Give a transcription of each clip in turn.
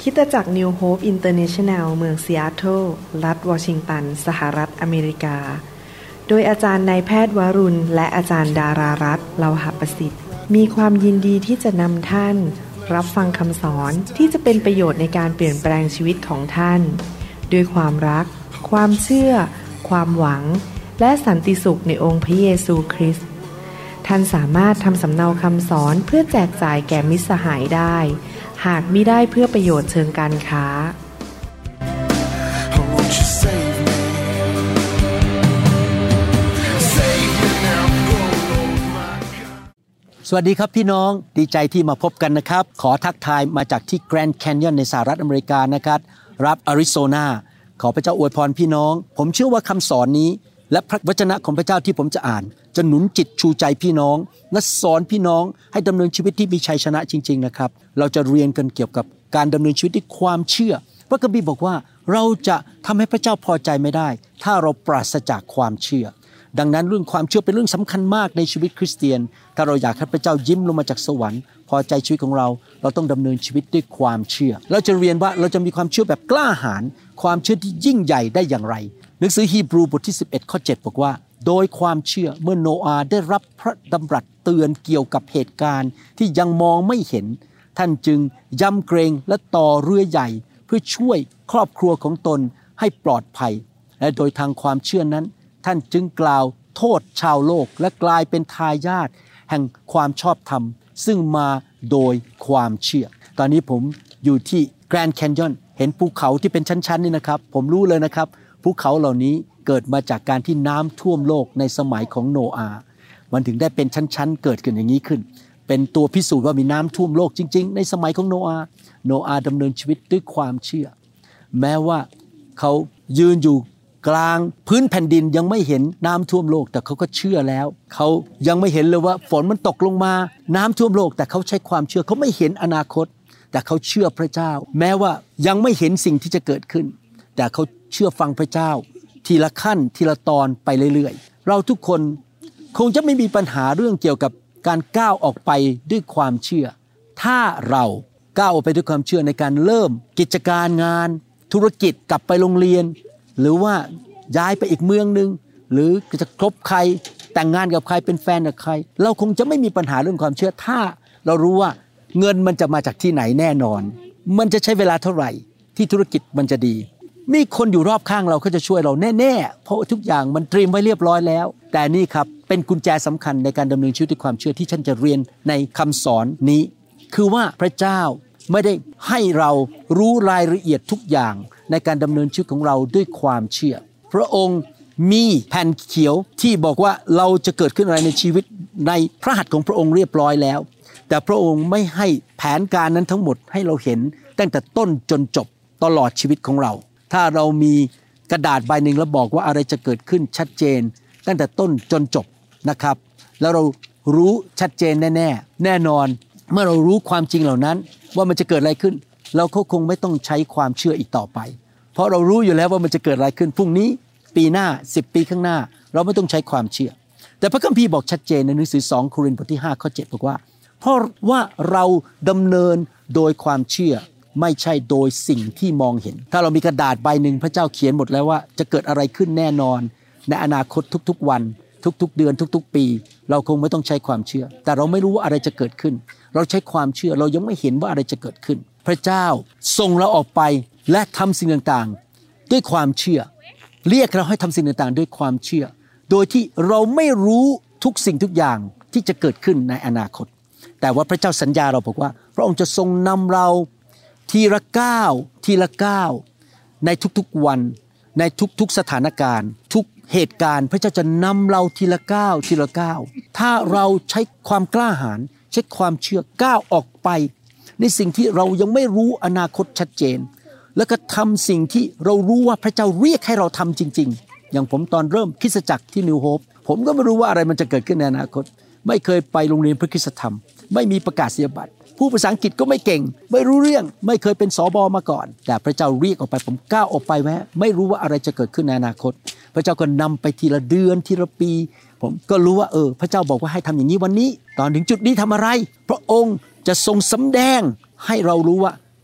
คริสตจักร New Hope International เมืองซีแอตเทิลรัฐวอชิงตันสหรัฐอเมริกาโดยอาจารย์นายแพทย์วรุณและอาจารย์ดารารัตน์เลาหประสิทธิ์มีความยินดีที่จะนำท่านรับฟังคำสอนที่จะเป็นประโยชน์ในการเปลี่ยนแปลงชีวิตของท่านด้วยความรักความเชื่อความหวังและสันติสุขในองค์พระเยซูคริสต์ท่านสามารถทำสำเนาคำสอนเพื่อแจกจ่ายแก่มิตรสหายได้หากมิได้เพื่อประโยชน์เชิงการค้าสวัสดีครับพี่น้องดีใจที่มาพบกันนะครับขอทักทายมาจากที่ Grand Canyon ในสหรัฐอเมริกานะครับรัฐอาริโซนาขอพระเจ้าอวยพรพี่น้องผมเชื่อว่าคำสอนนี้และพระวจนะของพระเจ้าที่ผมจะอ่านจะหนุนจิตชูใจพี่น้องและสอนพี่น้องให้ดำเนินชีวิตที่มีชัยชนะจริงๆนะครับเราจะเรียนกันเกี่ยวกับการดำเนินชีวิตด้วยความเชื่อพระคัมภีร์บอกว่าเราจะทำให้พระเจ้าพอใจไม่ได้ถ้าเราปราศจากความเชื่อดังนั้นเรื่องความเชื่อเป็นเรื่องสำคัญมากในชีวิตคริสเตียนถ้าเราอยากให้พระเจ้ายิ้มลงมาจากสวรรค์พอใจชีวิตของเราต้องดำเนินชีวิตด้วยความเชื่อเราจะเรียนว่าเราจะมีความเชื่อแบบกล้าหาญความเชื่อที่ยิ่งใหญ่ได้อย่างไรหนังสือฮีบรูบทที่11ข้อ7บอกว่าโดยความเชื่อเมื่อโนอาห์ได้รับพระดำรัสเตือนเกี่ยวกับเหตุการณ์ที่ยังมองไม่เห็นท่านจึงยำเกรงและต่อเรือใหญ่เพื่อช่วยครอบครัวของตนให้ปลอดภัยและโดยทางความเชื่อนั้นท่านจึงกล่าวโทษชาวโลกและกลายเป็นทายาทแห่งความชอบธรรมซึ่งมาโดยความเชื่อตอนนี้ผมอยู่ที่แกรนด์แคนยอนเห็นภูเขาที่เป็นชั้นๆนี่นะครับผมรู้เลยนะครับภูเขาเหล่านี้เกิดมาจากการที่น้ำท่วมโลกในสมัยของโนอาห์มันถึงได้เป็นชั้นๆเกิดขึ้นอย่างนี้ขึ้นเป็นตัวพิสูจน์ว่ามีน้ำท่วมโลกจริงๆในสมัยของโนอาห์ดำเนินชีวิตด้วยความเชื่อแม้ว่าเขายืนอยู่กลางพื้นแผ่นดินยังไม่เห็นน้ำท่วมโลกแต่เขาก็เชื่อแล้วเขายังไม่เห็นเลยว่าฝนมันตกลงมาน้ำท่วมโลกแต่เขาใช้ความเชื่อเขาไม่เห็นอนาคตแต่เขาเชื่อพระเจ้าแม้ว่ายังไม่เห็นสิ่งที่จะเกิดขึ้นแต่เขาเชื่อฟังพระเจ้าทีละขั้นทีละตอนไปเรื่อยๆเราทุกคนคงจะไม่มีปัญหาเรื่องเกี่ยวกับการก้าวออกไปด้วยความเชื่อถ้าเราก้าวออกไปด้วยความเชื่อในการเริ่มกิจการงานธุรกิจกลับไปโรงเรียนหรือว่าย้ายไปอีกเมืองนึงหรือจะคบใครแต่งงานกับใครเป็นแฟนกับใครเราคงจะไม่มีปัญหาเรื่องความเชื่อถ้าเรารู้ว่าเงินมันจะมาจากที่ไหนแน่นอนมันจะใช้เวลาเท่าไหร่ที่ธุรกิจมันจะดีมีคนอยู่รอบข้างเราเขาจะช่วยเราแน่ๆเพราะทุกอย่างมันเตรียมไว้เรียบร้อยแล้วแต่นี่ครับเป็นกุญแจสำคัญในการดำเนินชีวิตด้วยความเชื่อที่ฉันจะเรียนในคำสอนนี้คือว่าพระเจ้าไม่ได้ให้เรารู้รายละเอียดทุกอย่างในการดำเนินชีวิตของเราด้วยความเชื่อพระองค์มีแผ่นเขียวที่บอกว่าเราจะเกิดขึ้นอะไรในชีวิตในพระหัตถ์ของพระองค์เรียบร้อยแล้วแต่พระองค์ไม่ให้แผนการนั้นทั้งหมดให้เราเห็นตั้งแต่ต้นจนจบตลอดชีวิตของเราถ้าเรามีกระดาษใบหนึ่งแล้วบอกว่าอะไรจะเกิดขึ้นชัดเจนตั้งแต่ต้นจนจบนะครับแล้วเรารู้ชัดเจนแน่นอนเมื่อเรารู้ความจริงเหล่านั้นว่ามันจะเกิดอะไรขึ้นเราก็คงไม่ต้องใช้ความเชื่ออีกต่อไปเพราะเรารู้อยู่แล้วว่ามันจะเกิดอะไรขึ้นพรุ่งนี้ปีหน้า10ปีข้างหน้าเราไม่ต้องใช้ความเชื่อแต่พระคัมภีร์บอกชัดเจนในหนังสือ2โครินธ์บทที่5ข้อ7บอกว่าเพราะว่าเราดำเนินโดยความเชื่อไม่ใช่โดยสิ่งที่มองเห็นถ้าเรามีกระดาษใบหนึ่งพระเจ้าเขียนหมดแล้วว่าจะเกิดอะไรขึ้นแน่นอนในอนาคตทุกๆวันทุกๆเดือนทุกๆปีเราคงไม่ต้องใช้ความเชื่อแต่เราไม่รู้ว่าอะไรจะเกิดขึ้นเราใช้ความเชื่อเรายังไม่เห็นว่าอะไรจะเกิดขึ้นพระเจ้าส่งเราออกไปและทำสิ่งต่างๆด้วยความเชื่อเรียกเราให้ทำสิ่งต่างๆด้วยความเชื่อโดยที่เราไม่รู้ทุกสิ่งทุกอย่างที่จะเกิดขึ้นในอนาคตแต่ว่าพระเจ้าสัญญาเราบอกว่าพระองค์จะทรงนำเราทีละก้าวทีละก้าวในทุกๆวันในทุกๆสถานการณ์ทุกเหตุการณ์พระเจ้าจะนำเราทีละก้าวทีละก้าวถ้าเราใช้ความกล้าหาญใช้ความเชื่อก้าวออกไปในสิ่งที่เรายังไม่รู้อนาคตชัดเจนแล้วก็ทำสิ่งที่เรารู้ว่าพระเจ้าเรียกให้เราทำจริงๆอย่างผมตอนเริ่มคริสตจักรที่ New Hope ผมก็ไม่รู้ว่าอะไรมันจะเกิดขึ้นในอนาคตไม่เคยไปโรงเรียนพระคริสตธรรมไม่มีประกาศนียบัตรผู้ภาษาอังกฤษก็ไม่เก่งไม่รู้เรื่องไม่เคยเป็นสบมาก่อนแต่พระเจ้าเรียกออกไปผมก้าวออกไปแม้ไม่รู้ว่าอะไรจะเกิดขึ้นในอนาคตพระเจ้าก็นำไปทีละเดือนทีละปีผมก็รู้ว่าพระเจ้าบอกว่าให้ทำอย่างนี้วันนี้ตอนถึงจุดนี้ทำอะไรพระองค์จะทรงสำแดงให้เรารู้ว่า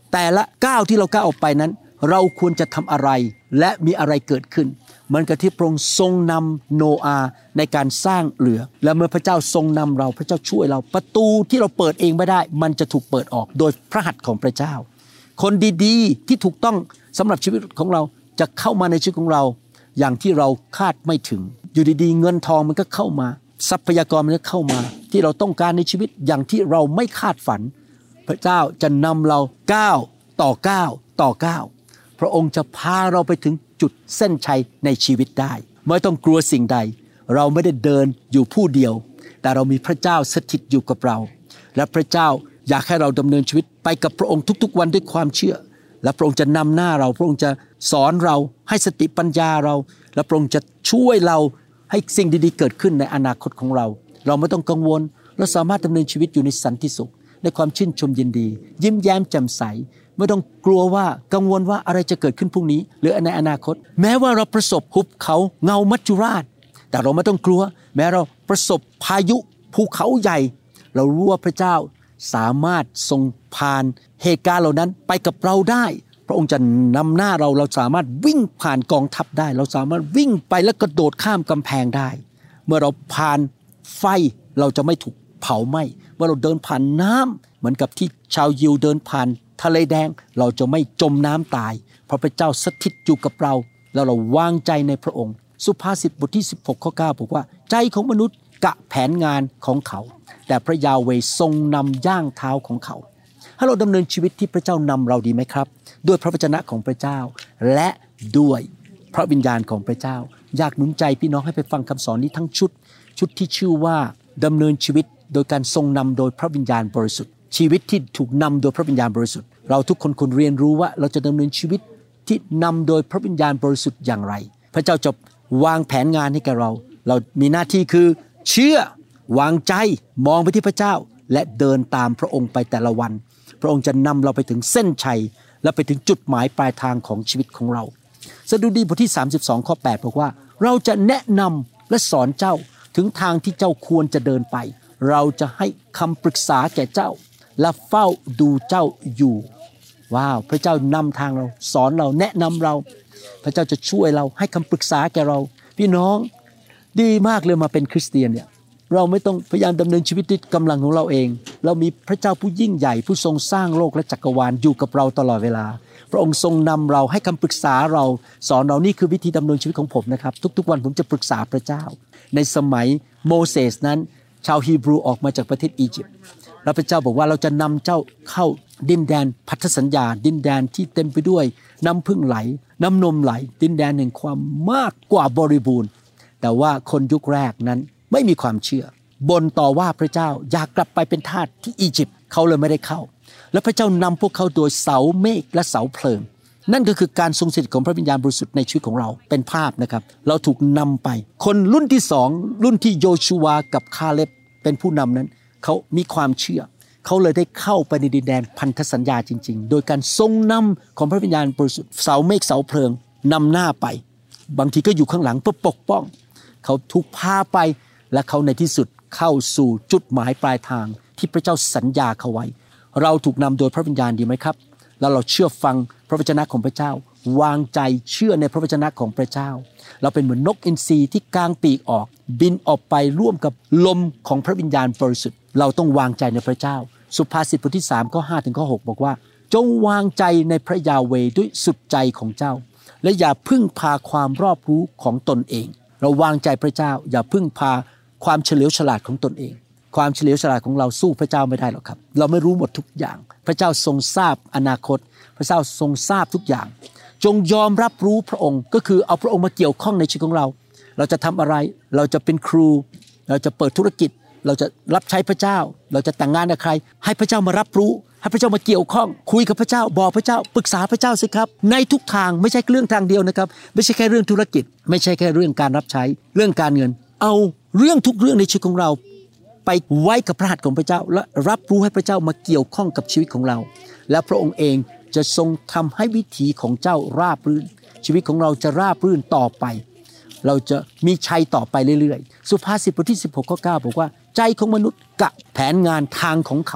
แต่ละก้าวที่เราก้าวออกไปนั้นเราควรจะทำอะไรและมีอะไรเกิดขึ้นเหมือนกับที่พระองค์ทรงนำโนอาห์ในการสร้างเรือและเมื่อพระเจ้าทรงนำเราพระเจ้าช่วยเราประตูที่เราเปิดเองไม่ได้มันจะถูกเปิดออกโดยพระหัตถ์ของพระเจ้าคนดีๆที่ถูกต้องสำหรับชีวิตของเราจะเข้ามาในชีวิตของเราอย่างที่เราคาดไม่ถึงอยู่ดีๆเงินทองมันก็เข้ามาทรัพยากรมันก็เข้ามาที่เราต้องการในชีวิตอย่างที่เราไม่คาดฝันพระเจ้าจะนำเราก้าวต่อก้าวต่อก้าวพระองค์จะพาเราไปถึงจุดเส้นชัยในชีวิตได้ไม่ต้องกลัวสิ่งใดเราไม่ได้เดินอยู่ผู้เดียวแต่เรามีพระเจ้าสถิตอยู่กับเราและพระเจ้าอยากให้เราดำเนินชีวิตไปกับพระองค์ทุกๆวันด้วยความเชื่อและพระองค์จะนำหน้าเราพระองค์จะสอนเราให้สติปัญญาเราและพระองค์จะช่วยเราให้สิ่งดีๆเกิดขึ้นในอนาคตของเราเราไม่ต้องกังวลเราสามารถดำเนินชีวิตอยู่ในสันติสุขในความชื่นชมยินดียิ้มแย้มแจ่มใสไม่ต้องกลัวว่ากังวลว่าอะไรจะเกิดขึ้นพรุ่งนี้หรือในอนาคตแม้ว่าเราประสบหุบเขาเงามัจจุราชแต่เราไม่ต้องกลัวแม้เราประสบพายุภูเขาใหญ่เรารู้ว่าพระเจ้าสามารถทรงผ่านเหตุการณ์เหล่านั้นไปกับเราได้พระองค์จะนำหน้าเราสามารถวิ่งผ่านกองทัพได้เราสามารถวิ่งไปและกระโดดข้ามกำแพงได้เมื่อเราผ่านไฟเราจะไม่ถูกเผาไหม้เมื่อเราเดินผ่านน้ำเหมือนกับที่ชาวยิวเดินผ่านทะเลแดงเราจะไม่จมน้ำตายเพราะพระเจ้าสถิตอยู่กับเราแล้วเราวางใจในพระองค์สุภาษิตบทที่16ข้อ9บอกว่าใจของมนุษย์กะแผนงานของเขาแต่พระยาเวห์ทรงนำย่างเท้าของเขาให้เราดำเนินชีวิตที่พระเจ้านำเราดีไหมครับด้วยพระวจนะของพระเจ้าและด้วยพระวิญญาณของพระเจ้าอยากหนุนใจพี่น้องให้ไปฟังคำสอนนี้ทั้งชุดที่ชื่อว่าดำเนินชีวิตโดยการทรงนำโดยพระวิญญาณบริสุทธิ์ชีวิตที่ถูกนำโดยพระวิญญาณบริสุทธิ์เราทุกคนควรเรียนรู้ว่าเราจะดำเนินชีวิตที่นำโดยพระวิญญาณบริสุทธิ์อย่างไรพระเจ้าจะวางแผนงานให้แก่เรามีหน้าที่คือเชื่อวางใจมองไปที่พระเจ้าและเดินตามพระองค์ไปแต่ละวันพระองค์จะนำเราไปถึงเส้นชัยและไปถึงจุดหมายปลายทางของชีวิตของเราสดุดีบทที่32ข้อ8บอกว่าเราจะแนะนำและสอนเจ้าถึงทางที่เจ้าควรจะเดินไปเราจะให้คำปรึกษาแก่เจ้าและเฝ้าดูเจ้าอยู่ว้าวพระเจ้านำทางเราสอนเราแนะนำเราพระเจ้าจะช่วยเราให้คำปรึกษาแก่เราพี่น้องดีมากเลยมาเป็นคริสเตียนเนี่ยเราไม่ต้องพยายามดำเนินชีวิตด้วยกำลังของเราเองเรามีพระเจ้าผู้ยิ่งใหญ่ผู้ทรงสร้างโลกและจักรวาลอยู่กับเราตลอดเวลาพระองค์ทรงนำเราให้คำปรึกษาเราสอนเรานี่คือวิธีดำเนินชีวิตของผมนะครับทุกๆวันผมจะปรึกษาพระเจ้าในสมัยโมเสสนั้นชาวฮีบรูออกมาจากประเทศอียิปต์แล้วพระเจ้าบอกว่าเราจะนำเจ้าเข้าดินแดนพันธสัญญาดินแดนที่เต็มไปด้วยน้ำพึ่งไหลน้ำนมไหลดินแดนแห่งความมากกว่าบริบูรณ์แต่ว่าคนยุคแรกนั้นไม่มีความเชื่อบ่นต่อว่าพระเจ้าอยากกลับไปเป็นทาสที่อียิปต์เขาเลยไม่ได้เข้าและพระเจ้านำพวกเขาโดยเสาเมฆและเสาเพลิงนั่นก็คือการทรงสถิตของพระวิญญาณบริสุทธิ์ในชีวิตของเราเป็นภาพนะครับเราถูกนำไปคนรุ่นที่สองรุ่นที่โยชูวากับคาเลบเป็นผู้นำนั้นเขามีความเชื่อเขาเลยได้เข้าไปในดินแดนพันธสัญญาจริงๆโดยการทรงนำของพระวิญญาณบริสุทธิ์เสาเมฆเสาเพลิงนำหน้าไปบางทีก็อยู่ข้างหลังเพื่อปกป้องเขาถูกพาไปและเขาในที่สุดเข้าสู่จุดหมายปลายทางที่พระเจ้าสัญญาเขาไว้เราถูกนำโดยพระวิญญาณดีไหมครับแล้วเราเชื่อฟังพระวจนะของพระเจ้าวางใจเชื่อในพระวจนะของพระเจ้าเราเป็นเหมือนนกอินทรีที่กางปีกออกบินออกไปร่วมกับลมของพระวิญญาณบริสุทธิ์เราต้องวางใจในพระเจ้าสุภาษิตบทที่3ข้อ5ถึงข้อ6บอกว่าจงวางใจในพระยาเวห์ด้วยสุดใจของเจ้าและอย่าพึ่งพาความรอบรู้ของตนเองเราวางใจพระเจ้าอย่าพึ่งพาความเฉลียวฉลาดของตนเองความเฉลียวฉลาดของเราสู้พระเจ้าไม่ได้หรอกครับเราไม่รู้หมดทุกอย่างพระเจ้าทรงทราบอนาคตพระเจ้าทรงทราบทุกอย่างจงยอมรับรู้พระองค์ก็คือเอาพระองค์มาเกี่ยวข้องในชีวิตของเราเราจะทำอะไรเราจะเป็นครูเราจะเปิดธุรกิจเราจะรับใช้พระเจ้าเราจะแต่งงานกับใครให้พระเจ้ามารับรู้ให้พระเจ้ามาเกี่ยวข้องคุยกับพระเจ้าบอกพระเจ้าปรึกษาพระเจ้าสิครับในทุกทางไม่ใช่เรื่องทางเดียวนะครับไม่ใช่แค่เรื่องธุรกิจไม่ใช่แค่เรื่องการรับใช้เรื่องการเงินเอาเรื่องทุกเรื่องในชีวิตของเราไปไว้กับพระหัตถ์ของพระเจ้าและรับรู้ให้พระเจ้ามาเกี่ยวข้องกับชีวิตของเราและพระองค์เองจะทรงทำให้วิถีของเจ้าราบรื่นชีวิตของเราจะราบรื่นต่อไปเราจะมีชัยต่อไปเรื่อยๆสุภาษิตบทที่16ข้อ9บอกว่าใจของมนุษย์กะแผนงานทางของเขา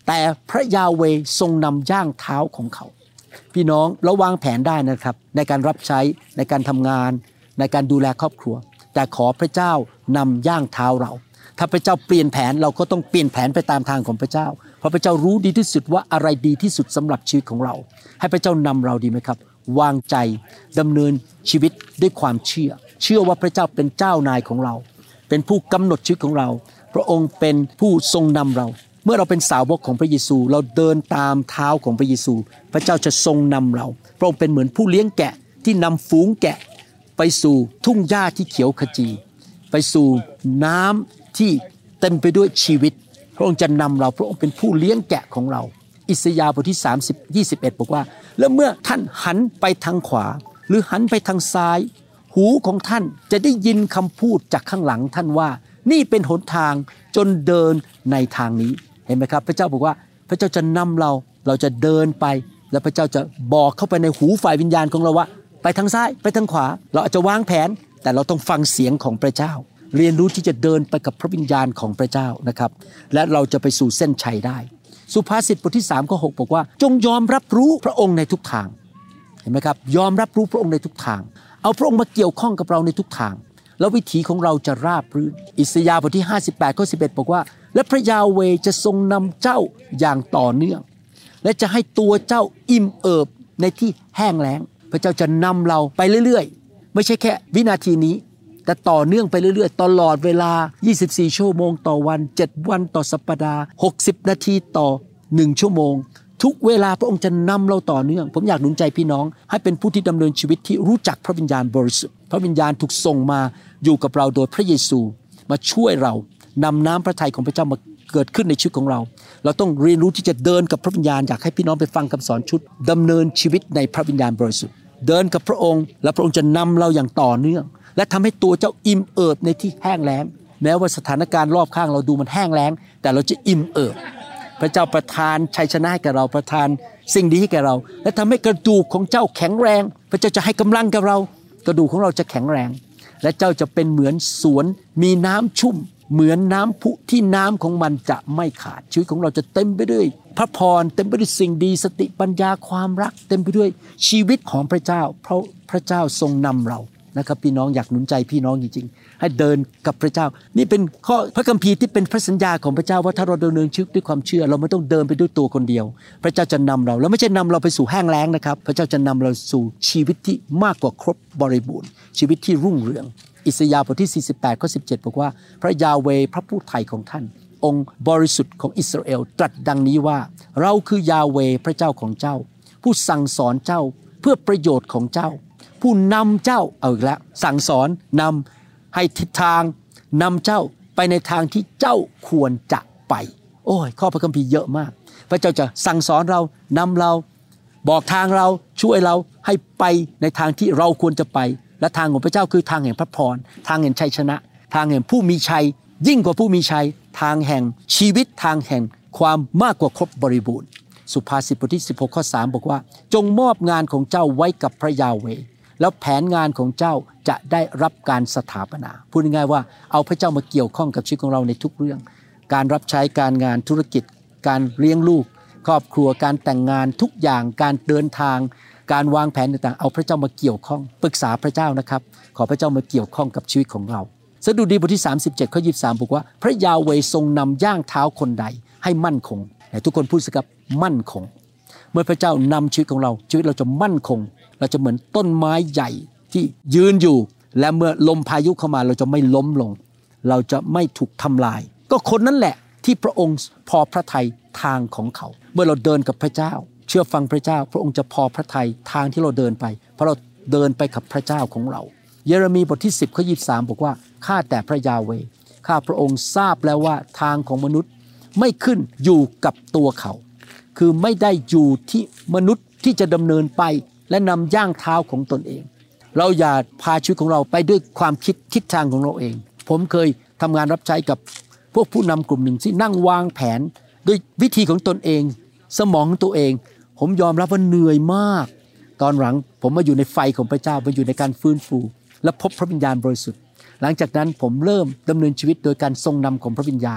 แต่พระยาเวห์ทรงนำย่างเท้าของเขาพี่น้องเราวางแผนได้นะครับในการรับใช้ในการทำงานในการดูแลครอบครัวแต่ขอพระเจ้านำย่างเท้าเราถ้าพระเจ้าเปลี่ยนแผนเราก็ต้องเปลี่ยนแผนไปตามทางของพระเจ้าเพราะพระเจ้ารู้ดีที่สุดว่าอะไรดีที่สุดสำหรับชีวิตของเราให้พระเจ้านำเราดีไหมครับวางใจดำเนินชีวิตด้วยความเชื่อว่าพระเจ้าเป็นเจ้านายของเราเป็นผู้กำหนดชีวิตของเราพระองค์เป็นผู้ทรงนำเราเมื่อเราเป็นสาวกของพระเยซูเราเดินตามเท้าของพระเยซูพระเจ้าจะทรงนำเราพระองค์เป็นเหมือนผู้เลี้ยงแกะที่นำฝูงแกะไปสู่ทุ่งหญ้าที่เขียวขจีไปสู่น้ำที่เต็มไปด้วยชีวิตพระองค์จะนำเราพระองค์เป็นผู้เลี้ยงแกะของเราอิสยาห์บทที่30:21บอกว่าแล้วเมื่อท่านหันไปทางขวาหรือหันไปทางซ้ายหูของท่านจะได้ยินคำพูดจากข้างหลังท่านว่านี่เป็นหนทางจนเดินในทางนี้เห็นไหมครับพระเจ้าบอกว่าพระเจ้าจะนำเราจะเดินไปแล้วพระเจ้าจะบอกเข้าไปในหูฝ่ายวิญญาณของเราว่าไปทางซ้ายไปทางขวาเราอาจจะวางแผนแต่เราต้องฟังเสียงของพระเจ้าเรียนรู้ที่จะเดินไปกับพระวิญญาณของพระเจ้านะครับและเราจะไปสู่เส้นชัยได้สุภาษิตบทที่3ข้อ6บอกว่าจงยอมรับรู้พระองค์ในทุกทางเห็นไหมครับยอมรับรู้พระองค์ในทุกทางเอาพระองค์มาเกี่ยวข้องกับเราในทุกทางแล้ววิถีของเราจะราบรื่นอิสยาห์บทที่58ข้อ11บอกว่าและพระยาเวห์จะทรงนำเจ้าอย่างต่อเนื่องและจะให้ตัวเจ้าอิ่มเอิบในที่แห้งแล้งพระเจ้าจะนำเราไปเรื่อยๆไม่ใช่แค่วินาทีนี้แต่ต่อเนื่องไปเรื่อยๆตลอดเวลา24ชั่วโมงต่อวัน7วันต่อสัปดาห์60นาทีต่อ1ชั่วโมงทุกเวลาพระองค์จะนำเราต่อเนื่องผมอยากหนุนใจพี่น้องให้เป็นผู้ที่ดำเนินชีวิตที่รู้จักพระวิญญาณบริสุทธิ์พระวิญญาณถูกส่งมาอยู่กับเราโดยพระเยซูมาช่วยเรานำน้ำพระทัยของพระเจ้ามาเกิดขึ้นในชีวิตของเราเราต้องเรียนรู้ที่จะเดินกับพระวิญญาณอยากให้พี่น้องไปฟังคำสอนชุดดำเนินชีวิตในพระวิญญาณบริสุทธิ์เดินกับพระองค์และพระองค์จะนำเราอย่างต่อเนื่องและทำให้ตัวเจ้าอิ่มเอิบในที่แห้งแล้งแม้ว่าสถานการณ์รอบข้างเราดูมันแห้งแล้งแต่เราจะอิ่มเอิบพระเจ้าประทานชัยชนะให้แก่เราประทานสิ่งดีให้แก่เราและทำให้กระดูกของเจ้าแข็งแรงพระเจ้าจะให้กำลังกับเรากระดูกของเราจะแข็งแรงและเจ้าจะเป็นเหมือนสวนมีน้ำชุ่มเหมือนน้ำพุที่น้ำของมันจะไม่ขาดชีวิตของเราจะเต็มไปด้วยพระพรเต็มไปด้วยสิ่งดีสติปัญญาความรักเต็มไปด้วยชีวิตของพระเจ้าเพราะพระเจ้าทรงนำเรานะครับพี่น้องอยากหนุนใจพี่น้องจริงๆให้เดินกับพระเจ้านี่เป็นข้อพระคัมภีร์ที่เป็นพระสัญญาของพระเจ้าว่าถ้าเราดำเนินชีวิตด้วยความเชื่อเราไม่ต้องเดินไปด้วยตัวคนเดียวพระเจ้าจะนำเราแล้วไม่ใช่นำเราไปสู่แห้งแล้งนะครับพระเจ้าจะนำเราสู่ชีวิตที่มากกว่าครบบริบูรณ์ชีวิตที่รุ่งเรืองอิสยาห์บทที่48ข้อ17บอกว่าพระยาเวห์พระผู้ไถ่ของท่านองค์บริสุทธิ์ของอิสราเอลตรัสดังนี้ว่าเราคือยาเวห์พระเจ้าของเจ้าผู้สั่งสอนเจ้าเพื่อประโยชน์ของเจ้าผู้นำเจ้าเอาอีกแล้วสั่งสอนนำให้ทิศทางนำเจ้าไปในทางที่เจ้าควรจะไปโอ้ยข้อพระคัมภีร์เยอะมากพระเจ้าจะสั่งสอนเรานำเราบอกทางเราช่วยเราให้ไปในทางที่เราควรจะไปและทางของพระเจ้าคือทางแห่งพระพรทางแห่งชัยชนะทางแห่งผู้มีชัยยิ่งกว่าผู้มีชัยทางแห่งชีวิตทางแห่งความมากกว่าครบบริบูรณ์สุภาษิตบทที่16ข้อ3บอกว่าจงมอบงานของเจ้าไว้กับพระยาเวห์แล้วแผนงานของเจ้าจะได้รับการสถาปนาพูดง่ายๆว่าเอาพระเจ้ามาเกี่ยวข้องกับชีวิตของเราในทุกเรื่องการรับใช้การงานธุรกิจการเลี้ยงลูกครอบครัวการแต่งงานทุกอย่างการเดินทางการวางแผนต่างๆเอาพระเจ้ามาเกี่ยวข้องปรึกษาพระเจ้านะครับขอพระเจ้ามาเกี่ยวข้องกับชีวิตของเราสดุดีบทที่37ข้อ23บอกว่าพระยาเวห์ทรงนำย่างเท้าคนใดให้มั่นคงทุกคนพูดสิครับมั่นคงเมื่อพระเจ้านำชีวิตของเราชีวิตเราจะมั่นคงเราจะเหมือนต้นไม้ใหญ่ที่ยืนอยู่และเมื่อลมพายุเข้ามาเราจะไม่ล้มลงเราจะไม่ถูกทำลายก็คนนั้นแหละที่พระองค์พอพระทัยทางของเขาเมื่อเราเดินกับพระเจ้าเชื่อฟังพระเจ้าพระองค์จะพอพระทัยทางที่เราเดินไปเพราะเราเดินไปกับพระเจ้าของเราเยเรมีบทที่10ข้อ23บอกว่าข้าแต่พระยาเวห์ข้าพระองค์ทราบแล้วว่าทางของมนุษย์ไม่ขึ้นอยู่กับตัวเขาคือไม่ได้อยู่ที่มนุษย์ที่จะดำเนินไปและนำย่างเท้าของตนเองเราอย่าพาชีวิตของเราไปด้วยความคิดทิศทางของเราเองผมเคยทำงานรับใช้กับพวกผู้นำกลุ่มหนึ่งที่นั่งวางแผนด้วยวิธีของตนเองสมองของตัวเองผมยอมรับว่าเหนื่อยมากตอนหลังผมมาอยู่ในไฟของพระเจ้ามาอยู่ในการฟื้นฟูและพบพระวิญญาณบริสุทธิ์หลังจากนั้นผมเริ่มดำเนินชีวิตโดยการทรงนำของพระวิญญาณ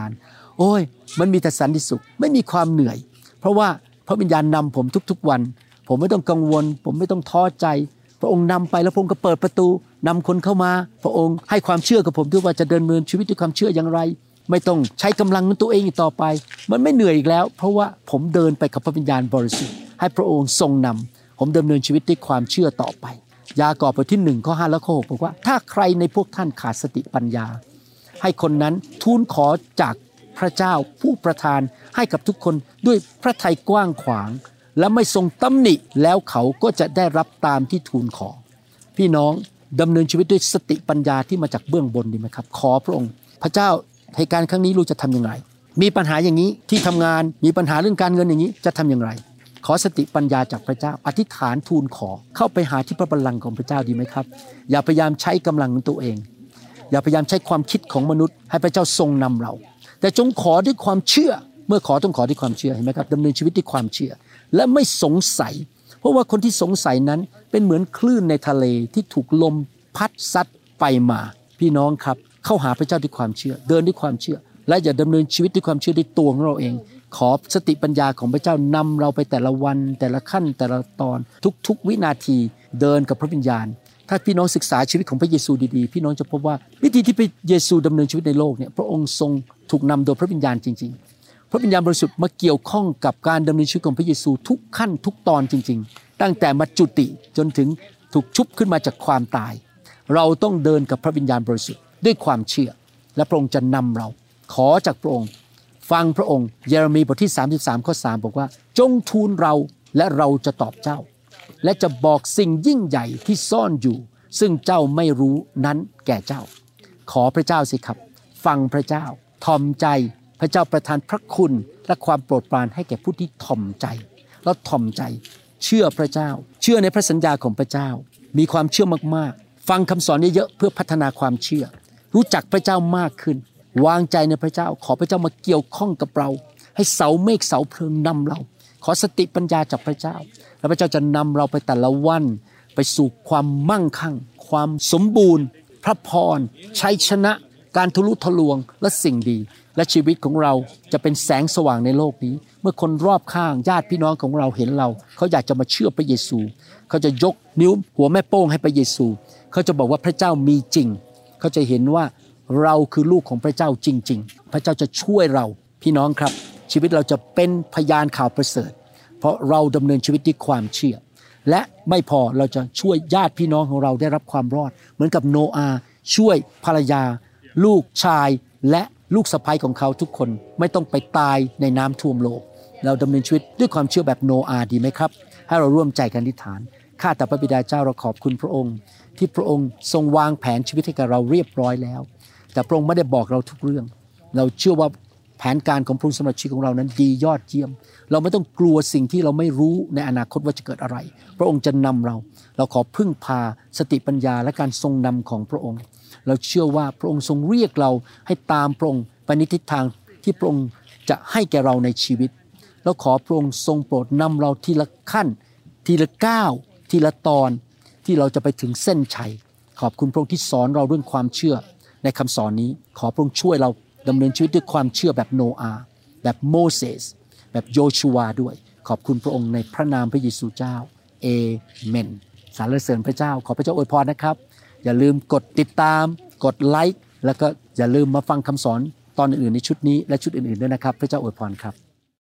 โอ้ยมันมีแต่สันติสุขไม่มีความเหนื่อยเพราะว่าพระวิญญาณนำผมทุกๆวันผมไม่ต้องกังวลผมไม่ต้องท้อใจพระองค์นำไปแล้วพระองค์ก็เปิดประตูนำคนเข้ามาพระองค์ให้ความเชื่อกับผมด้วยว่าจะเดินเนินชีวิตด้วยความเชื่ออย่างไรไม่ต้องใช้กำลังของตัวเองอีกต่อไปมันไม่เหนื่อยอีกแล้วเพราะว่าผมเดินไปกับพระวิญญาณบริสุทธิ์ให้พระองค์ทรงนำผมดำเนินชีวิตด้วยความเชื่อต่อไปยากอบบทที่1ข้อ5และข้อ6บอกว่าถ้าใครในพวกท่านขาดสติปัญญาให้คนนั้นทูลขอจากพระเจ้าผู้ประทานให้กับทุกคนด้วยพระทัยกว้างขวางและไม่ทรงตำหนิแล้วเขาก็จะได้รับตามที่ทูลขอพี่น้องดำเนินชีวิตด้วยสติปัญญาที่มาจากเบื้องบนดีไหมครับขอพระองค์พระเจ้าเหตุการณ์ครั้งนี้รู้จะทำอย่างไรมีปัญหาอย่างนี้ที่ทำงานมีปัญหาเรื่องการเงินอย่างนี้จะทำอย่างไรขอสติปัญญาจากพระเจ้าอธิษฐานทูลขอเข้าไปหาที่พระบัลลังก์ของพระเจ้าดีไหมครับอย่าพยายามใช้กำลังของตัวเองอย่าพยายามใช้ความคิดของมนุษย์ให้พระเจ้าทรงนำเราแต่จงขอด้วยความเชื่อเมื่อขอต้องขอด้วยความเชื่อเห็นไหมครับดำเนินชีวิตด้วยความเชื่อและไม่สงสัยเพราะว่าคนที่สงสัยนั้นเป็นเหมือนคลื่นในทะเลที่ถูกลมพัดซัดไปมาพี่น้องครับเข้าหาพระเจ้าด้วยความเชื่อเดินด้วยความเชื่อและอย่าดำเนินชีวิตด้วยความเชื่อด้วยตัวของเราเองขอสติปัญญาของพระเจ้านำเราไปแต่ละวันแต่ละขั้นแต่ละตอนทุกๆวินาทีเดินกับพระวิญญาณถ้าพี่น้องศึกษาชีวิตของพระเยซูดีๆพี่น้องจะพบว่าวิธีที่พระเยซูดำเนินชีวิตในโลกเนี่ยพระองค์ทรงถูกนำโดยพระวิญญาณจริงๆพระวิญญาณบริสุทธิ์มาเกี่ยวข้องกับการดำเนินชีวิตของพระเยซูทุกขั้นทุกตอนจริงๆตั้งแต่มาจุติจนถึงถูกชุบขึ้นมาจากความตายเราต้องเดินกับพระวิญญาณบริสุทธิ์ด้วยความเชื่อและพระองค์จะนำเราขอจากพระองค์ฟังพระองค์เยเรมีบทที่33ข้อ3บอกว่าจงทูลเราและเราจะตอบเจ้าและจะบอกสิ่งยิ่งใหญ่ที่ซ่อนอยู่ซึ่งเจ้าไม่รู้นั้นแก่เจ้าขอพระเจ้าสิครับฟังพระเจ้าถ่อมใจพระเจ้าประทานพระคุณและความโปรดปรานให้แก่ผู้ที่ถ่อมใจแล้วถ่อมใจเชื่อพระเจ้าเชื่อในพระสัญญาของพระเจ้ามีความเชื่อมากๆฟังคำสอนเยอะๆเพื่อพัฒนาความเชื่อรู้จักพระเจ้ามากขึ้นวางใจในพระเจ้าขอพระเจ้ามาเกี่ยวข้องกับเราให้เสาเมฆเสาเพลิงนำเราขอสติปัญญาจากพระเจ้าและพระเจ้าจะนำเราไปแต่ละวันไปสู่ความมั่งคั่งความสมบูรณ์พระพรชัยชนะการทะลุทะลวงและสิ่งดีและชีวิตของเราจะเป็นแสงสว่างในโลกนี้เมื่อคนรอบข้างญาติพี่น้องของเราเห็นเราเขาอยากจะมาเชื่อพระเยซูเขาจะยกนิ้วหัวแม่โป้งให้พระเยซูเขาจะบอกว่าพระเจ้ามีจริงเขาจะเห็นว่าเราคือลูกของพระเจ้าจริงๆพระเจ้าจะช่วยเราพี่น้องครับชีวิตเราจะเป็นพยานข่าวประเสริฐเพราะเราดำเนินชีวิตด้วยความเชื่อและไม่พอเราจะช่วยญาติพี่น้องของเราได้รับความรอดเหมือนกับโนอาห์ช่วยภรรยาลูกชายและลูกสะใภ้ของเขาทุกคนไม่ต้องไปตายในน้ำท่วมโลกเราดำเนินชีวิตด้วยความเชื่อแบบโนอาห์ดีไหมครับให้เราร่วมใจกันอธิษฐานข้าแต่พระบิดาเจ้าเราขอบคุณพระองค์ที่พระองค์ทรงวางแผนชีวิตให้กับเราเรียบร้อยแล้วแต่พระองค์ไม่ได้บอกเราทุกเรื่องเราเชื่อว่าแผนการของพระองค์สำหรับชีวิตของเรานั้นดียอดเยี่ยมเราไม่ต้องกลัวสิ่งที่เราไม่รู้ในอนาคตว่าจะเกิดอะไรพระองค์จะนำเราขอพึ่งพาสติปัญญาและการทรงนำของพระองค์เราเชื่อว่าพระองค์ทรงเรียกเราให้ตามพระองค์ไปในทิศทางที่พระองค์จะให้แก่เราในชีวิตแล้วขอพระองค์ทรงโปรดนำเราทีละขั้นทีละก้าวทีละตอนที่เราจะไปถึงเส้นชัยขอบคุณพระองค์ที่สอนเราเรื่องความเชื่อในคำสอนนี้ขอพระองค์ช่วยเราดำเนินชีวิตด้วยความเชื่อแบบโนอาห์แบบโมเสสแบบโยชูวาด้วยขอบคุณพระองค์ในพระนามพระเยซูเจ้าเอเมนสรรเสริญพระเจ้าขอพระเจ้าอวยพรนะครับอย่าลืมกดติดตามกดไลค์แล้วก็อย่าลืมมาฟังคำสอนตอนอื่นๆในชุดนี้และชุดอื่นๆด้วยนะครับพระเจ้าอวยพรครับ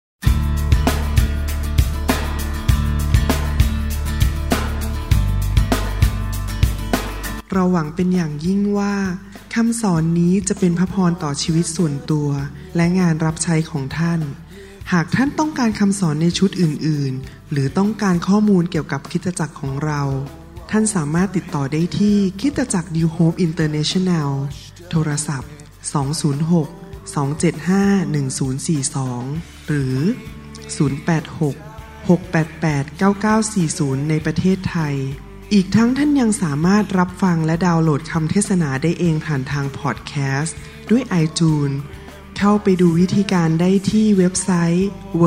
เราหวังเป็นอย่างยิ่งว่าคำสอนนี้จะเป็นพระพรต่อชีวิตส่วนตัวและงานรับใช้ของท่านหากท่านต้องการคำสอนในชุดอื่นๆหรือต้องการข้อมูลเกี่ยวกับคริสตจักรของเราท่านสามารถติดต่อได้ที่คริสตจักร New Hope International โทรศัพท์206-275-1042หรือ086-688-9940ในประเทศไทยอีกทั้งท่านยังสามารถรับฟังและดาวน์โหลดคำเทศนาได้เองผ่านทางพอดแคสต์ด้วย iTunes เข้าไปดูวิธีการได้ที่เว็บไซต์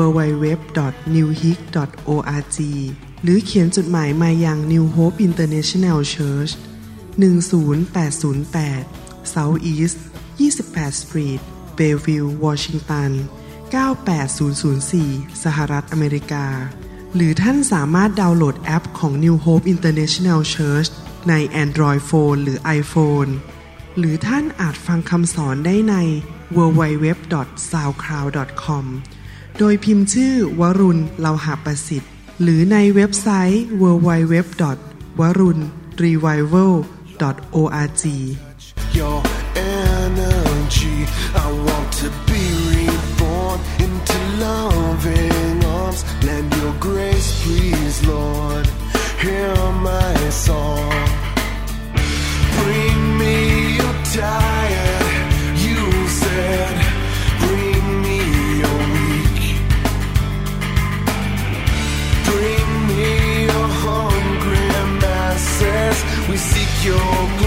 www.newhope.org หรือเขียนจดหมายมายัง New Hope International Church 10808 South East 28 Street เบลวิลล์วอชิงตัน98004สหรัฐอเมริกาหรือท่านสามารถดาวน์โหลดแอปของ New Hope International Church ใน Android Phone หรือ iPhone หรือท่านอาจฟังคำสอนได้ใน www.soundcloud.com โดยพิมพ์ชื่อวรุณ เลาหะประสิทธิ์หรือในเว็บไซต์ www.warunrevival.org Your energy, I want to be reborn into loving arms. Lend your grace, please, Lord. Hear my song. Bring me your tired, you said. Bring me your weak. Bring me your hungry masses. We seek your